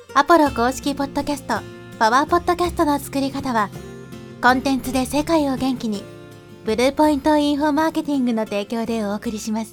アポロ公式ポッドキャスト、パワーポッドキャストの作り方は、コンテンツで世界を元気に、ブルーポイントインフォマーケティングの提供でお送りします。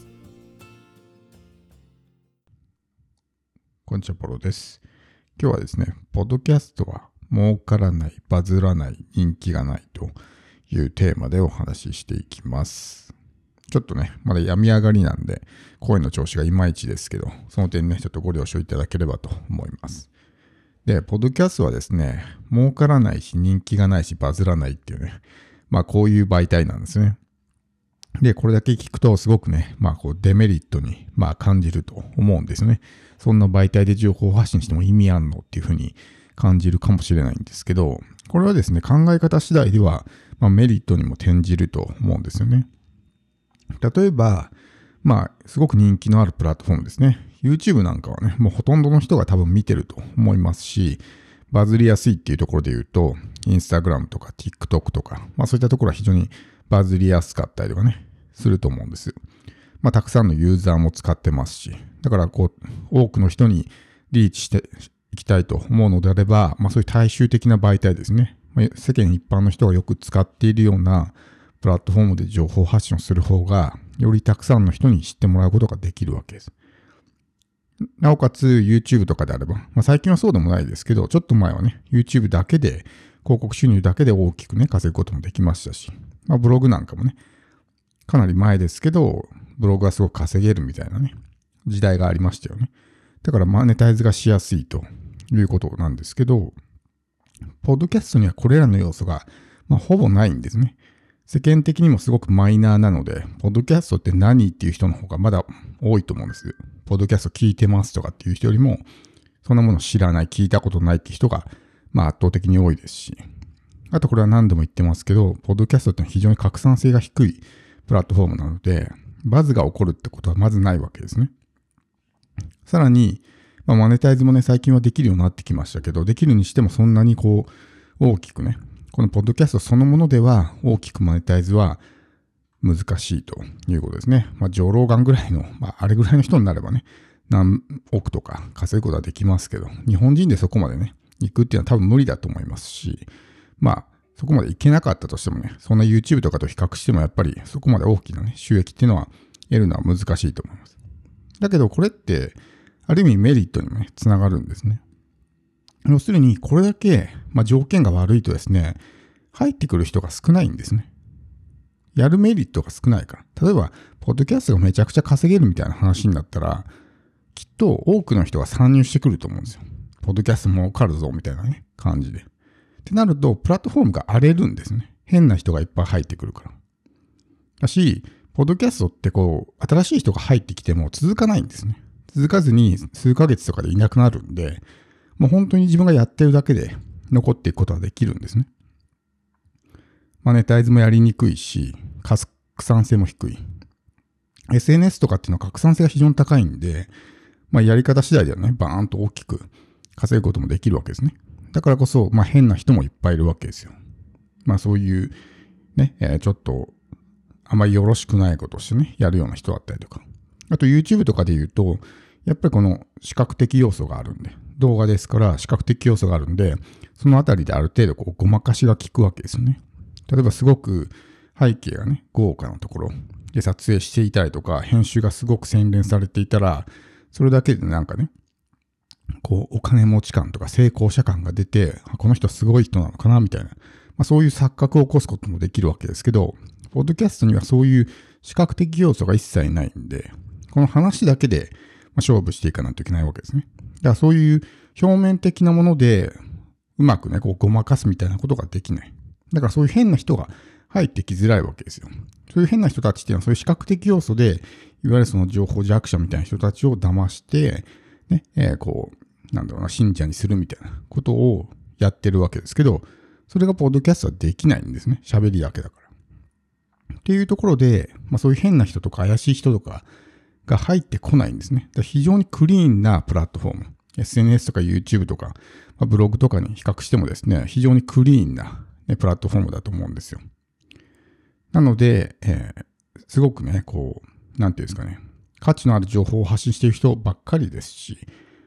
こんにちは、ポロです。今日はですね、ポッドキャストは儲からない、バズらない、人気がないというテーマでお話ししていきます。ちょっとね、まだ病み上がりなんで、声の調子がいまいちですけど、その点ね、ちょっとご了承いただければと思います。で、ポッドキャストはですね、儲からないし、人気がないし、バズらないっていうね、こういう媒体なんですね。で、これだけ聞くとすごくね、デメリットに感じると思うんですね。そんな媒体で情報発信しても意味あんのっていうふうに感じるかもしれないんですけど、これはですね、考え方次第では、メリットにも転じると思うんですよね。例えば、すごく人気のあるプラットフォームですね。YouTube なんかはね、もうほとんどの人が多分見てると思いますし、バズりやすいっていうところで言うと、Instagram とか TikTok とか、そういったところは非常にバズりやすかったりとかね、すると思うんです。たくさんのユーザーも使ってますし、だから多くの人にリーチしていきたいと思うのであれば、そういう大衆的な媒体ですね。世間一般の人がよく使っているようなプラットフォームで情報発信をする方が、よりたくさんの人に知ってもらうことができるわけです。なおかつ YouTube とかであれば、最近はそうでもないですけど、ちょっと前はね、YouTube だけで、広告収入だけで大きくね、稼ぐこともできましたし、ブログなんかもね、かなり前ですけど、ブログがすごく稼げるみたいなね、時代がありましたよね。だからマネタイズがしやすいということなんですけど、ポッドキャストにはこれらの要素が、ほぼないんですね。世間的にもすごくマイナーなので、ポッドキャストって何っていう人の方がまだ多いと思うんです。ポッドキャスト聞いてますとかっていう人よりも、そんなもの知らない、聞いたことないっていう人が、圧倒的に多いですし、あとこれは何度も言ってますけど、ポッドキャストって非常に拡散性が低いプラットフォームなので、バズが起こるってことはまずないわけですね。さらに、マネタイズもね、最近はできるようになってきましたけど、できるにしてもそんなに大きくね、このポッドキャストそのものでは大きくマネタイズは難しいということですね。上老眼ぐらいの、あれぐらいの人になればね、何億とか稼ぐことはできますけど、日本人でそこまでね、行くっていうのは多分無理だと思いますし、そこまで行けなかったとしてもね、そんな YouTube とかと比較してもやっぱりそこまで大きなね、収益っていうのは得るのは難しいと思います。だけどこれって、ある意味メリットにもね、つながるんですね。要するに、これだけ、条件が悪いとですね、入ってくる人が少ないんですね。やるメリットが少ないから。例えば、ポッドキャストがめちゃくちゃ稼げるみたいな話になったら、きっと多くの人が参入してくると思うんですよ。ポッドキャスト儲かるぞみたいなね、感じで。ってなると、プラットフォームが荒れるんですね。変な人がいっぱい入ってくるから。だし、ポッドキャストって新しい人が入ってきても続かないんですね。続かずに数ヶ月とかでいなくなるんで、もう本当に自分がやってるだけで残っていくことができるんですね。マネタイズもやりにくいし、拡散性も低い。SNS とかっていうのは拡散性が非常に高いんで、やり方次第ではね、バーンと大きく稼ぐこともできるわけですね。だからこそ、変な人もいっぱいいるわけですよ。そういうね、ちょっとあまりよろしくないことをしてね、やるような人だったりとか。あと YouTube とかで言うと、やっぱりこの視覚的要素があるんで、動画ですから視覚的要素があるんで、そのあたりである程度ごまかしが効くわけですよね。例えばすごく背景がね、豪華なところで撮影していたりとか、編集がすごく洗練されていたら、それだけでなんかね、お金持ち感とか成功者感が出て、この人すごい人なのかなみたいな、そういう錯覚を起こすこともできるわけですけど、ポッドキャストにはそういう視覚的要素が一切ないんで、この話だけで勝負していかないといけないわけですね。だからそういう表面的なものでうまくね、ごまかすみたいなことができない。だからそういう変な人が入ってきづらいわけですよ。そういう変な人たちっていうのはそういう視覚的要素で、いわゆるその情報弱者みたいな人たちを騙して、ね、信者にするみたいなことをやってるわけですけど、それがポッドキャストはできないんですね。喋りだけだから。っていうところで、そういう変な人とか怪しい人とかが入ってこないんですね。だから非常にクリーンなプラットフォーム。SNS とか YouTube とか、ブログとかに比較してもですね、非常にクリーンな、プラットフォームだと思うんですよ。なので、すごくね、なんていうんですかね、価値のある情報を発信している人ばっかりですし、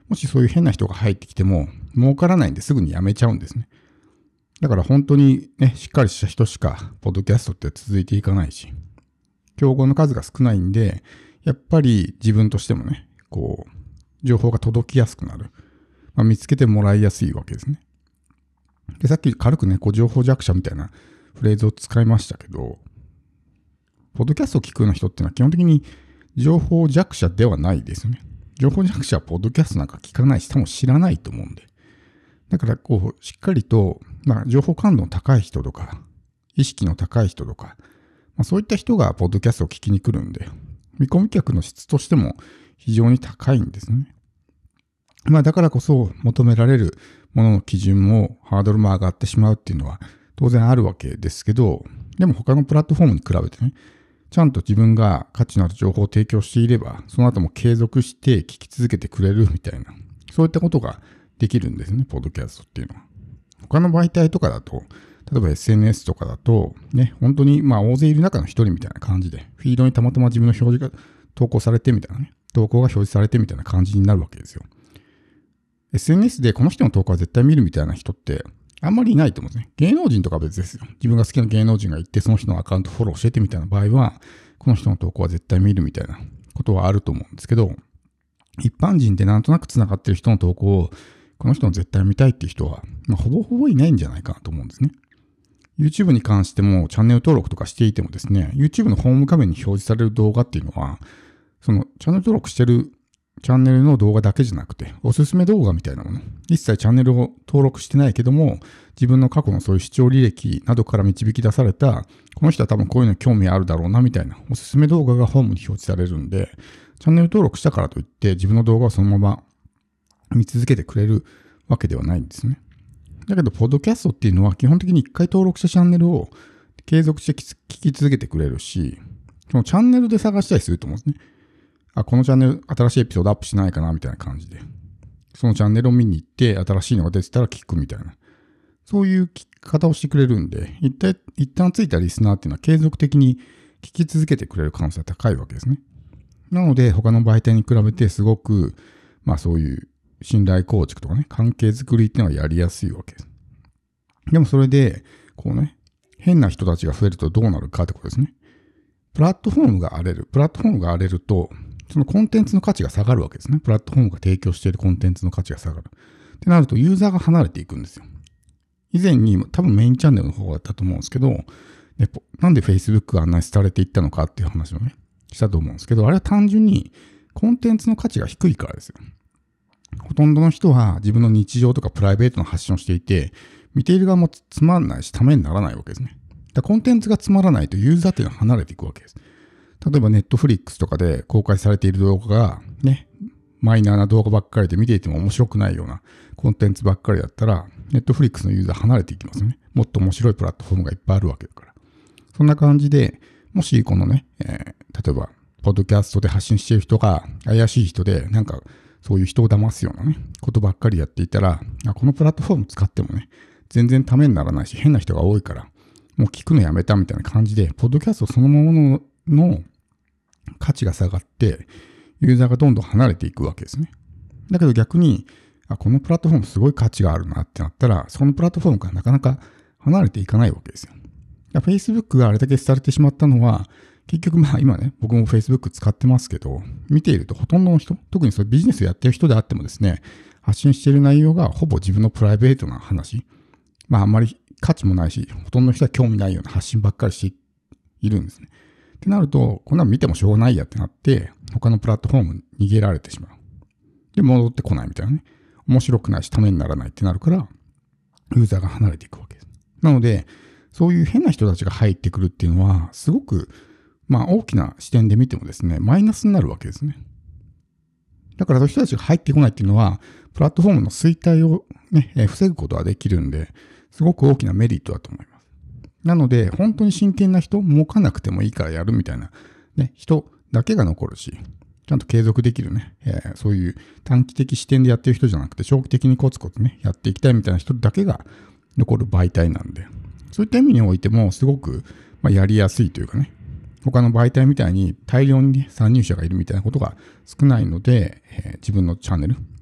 もしそういう変な人が入ってきても儲からないんですぐにやめちゃうんですね。だから本当にね、しっかりした人しかポッドキャストって続いていかないし、競合の数が少ないんで、やっぱり自分としてもね、情報が届きやすくなる。見つけてもらいやすいわけですね。で、さっき軽くね、情報弱者みたいなフレーズを使いましたけど、ポッドキャストを聞くような人っていうのは基本的に情報弱者ではないですよね。情報弱者はポッドキャストなんか聞かないし、多分知らないと思うんで。だからしっかりと、情報感度の高い人とか、意識の高い人とか、そういった人がポッドキャストを聞きに来るんで、見込み客の質としても非常に高いんですね。だからこそ求められるものの基準もハードルも上がってしまうっていうのは当然あるわけですけど、でも他のプラットフォームに比べてね、ちゃんと自分が価値のある情報を提供していれば、その後も継続して聞き続けてくれるみたいな、そういったことができるんですね、ポッドキャストっていうのは。他の媒体とかだと、例えば SNS とかだと、ね、本当に大勢いる中の一人みたいな感じで、フィードにたまたま自分の表示が投稿されてみたいなね、投稿が表示されてみたいな感じになるわけですよ。SNS でこの人の投稿は絶対見るみたいな人ってあんまりいないと思うんですね。芸能人とかは別ですよ。自分が好きな芸能人がいて、その人のアカウントフォローしててみたいな場合は、この人の投稿は絶対見るみたいなことはあると思うんですけど、一般人でなんとなく繋がってる人の投稿を、この人の絶対見たいっていう人は、ほぼほぼいないんじゃないかなと思うんですね。YouTube に関してもチャンネル登録とかしていてもですね、YouTube のホーム画面に表示される動画っていうのは、そのチャンネル登録してるチャンネルの動画だけじゃなくて、おすすめ動画みたいなもの。一切チャンネルを登録してないけども、自分の過去のそういう視聴履歴などから導き出された、この人は多分こういうの興味あるだろうなみたいな、おすすめ動画がホームに表示されるんで、チャンネル登録したからといって自分の動画をそのまま見続けてくれるわけではないんですね。だけど、ポッドキャストっていうのは基本的に一回登録したチャンネルを継続して聞き続けてくれるし、そのチャンネルで探したりすると思うんですね。このチャンネル新しいエピソードアップしないかなみたいな感じで。そのチャンネルを見に行って新しいのが出てたら聞くみたいな。そういう聞き方をしてくれるんで、一旦ついたリスナーっていうのは継続的に聞き続けてくれる可能性が高いわけですね。なので他の媒体に比べてすごく、そういう信頼構築とかね、関係づくりっていうのはやりやすいわけです。でもそれで、変な人たちが増えるとどうなるかってことですね。プラットフォームが荒れると、そのコンテンツの価値が下がるわけですね。プラットフォームが提供しているコンテンツの価値が下がる。ってなるとユーザーが離れていくんですよ。以前に多分メインチャンネルの方だったと思うんですけど、なんで Facebook があんなに廃れていったのかっていう話をね、したと思うんですけど、あれは単純にコンテンツの価値が低いからですよ。ほとんどの人は自分の日常とかプライベートの発信をしていて、見ている側もつまんないし、ためにならないわけですね。コンテンツがつまらないとユーザーっていうのは離れていくわけです。例えばネットフリックスとかで公開されている動画がね、マイナーな動画ばっかりで見ていても面白くないようなコンテンツばっかりだったら、ネットフリックスのユーザー離れていきますよね。もっと面白いプラットフォームがいっぱいあるわけだから。そんな感じで、もしこのね、例えば、ポッドキャストで発信している人が怪しい人で、そういう人を騙すようなね、ことばっかりやっていたら、このプラットフォーム使ってもね、全然ためにならないし、変な人が多いから、もう聞くのやめたみたいな感じで、ポッドキャストそのものの価値が下がって、ユーザーがどんどん離れていくわけですね。だけど逆に、このプラットフォームすごい価値があるなってなったら、そのプラットフォームからなかなか離れていかないわけですよ。Facebook があれだけ廃れてしまったのは、結局今ね、僕も Facebook 使ってますけど、見ているとほとんどの人、特にそういうビジネスをやってる人であってもですね、発信している内容がほぼ自分のプライベートな話、あんまり価値もないし、ほとんどの人は興味ないような発信ばっかりしているんですね。ってなると、こんなの見てもしょうがないやってなって、他のプラットフォームに逃げられてしまう。で、戻ってこないみたいなね。面白くないし、ためにならないってなるから、ユーザーが離れていくわけです。なので、そういう変な人たちが入ってくるっていうのは、すごく、大きな視点で見てもですね、マイナスになるわけですね。だからそういう人たちが入ってこないっていうのは、プラットフォームの衰退をね、防ぐことができるんで、すごく大きなメリットだと思います。なので、本当に真剣な人、儲かなくてもいいからやるみたいな、ね、人だけが残るし、ちゃんと継続できるね、そういう短期的視点でやってる人じゃなくて、長期的にコツコツね、やっていきたいみたいな人だけが残る媒体なんで、そういった意味においても、すごく、やりやすいというかね、他の媒体みたいに大量に、参入者がいるみたいなことが少ないので、自分のチャンネル、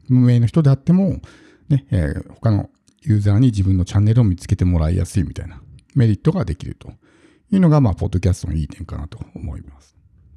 無名の人であっても、ね、他のユーザーに自分のチャンネルを見つけてもらいやすいみたいなメリットができるというのが、ポッドキャストのいい点かなと思います。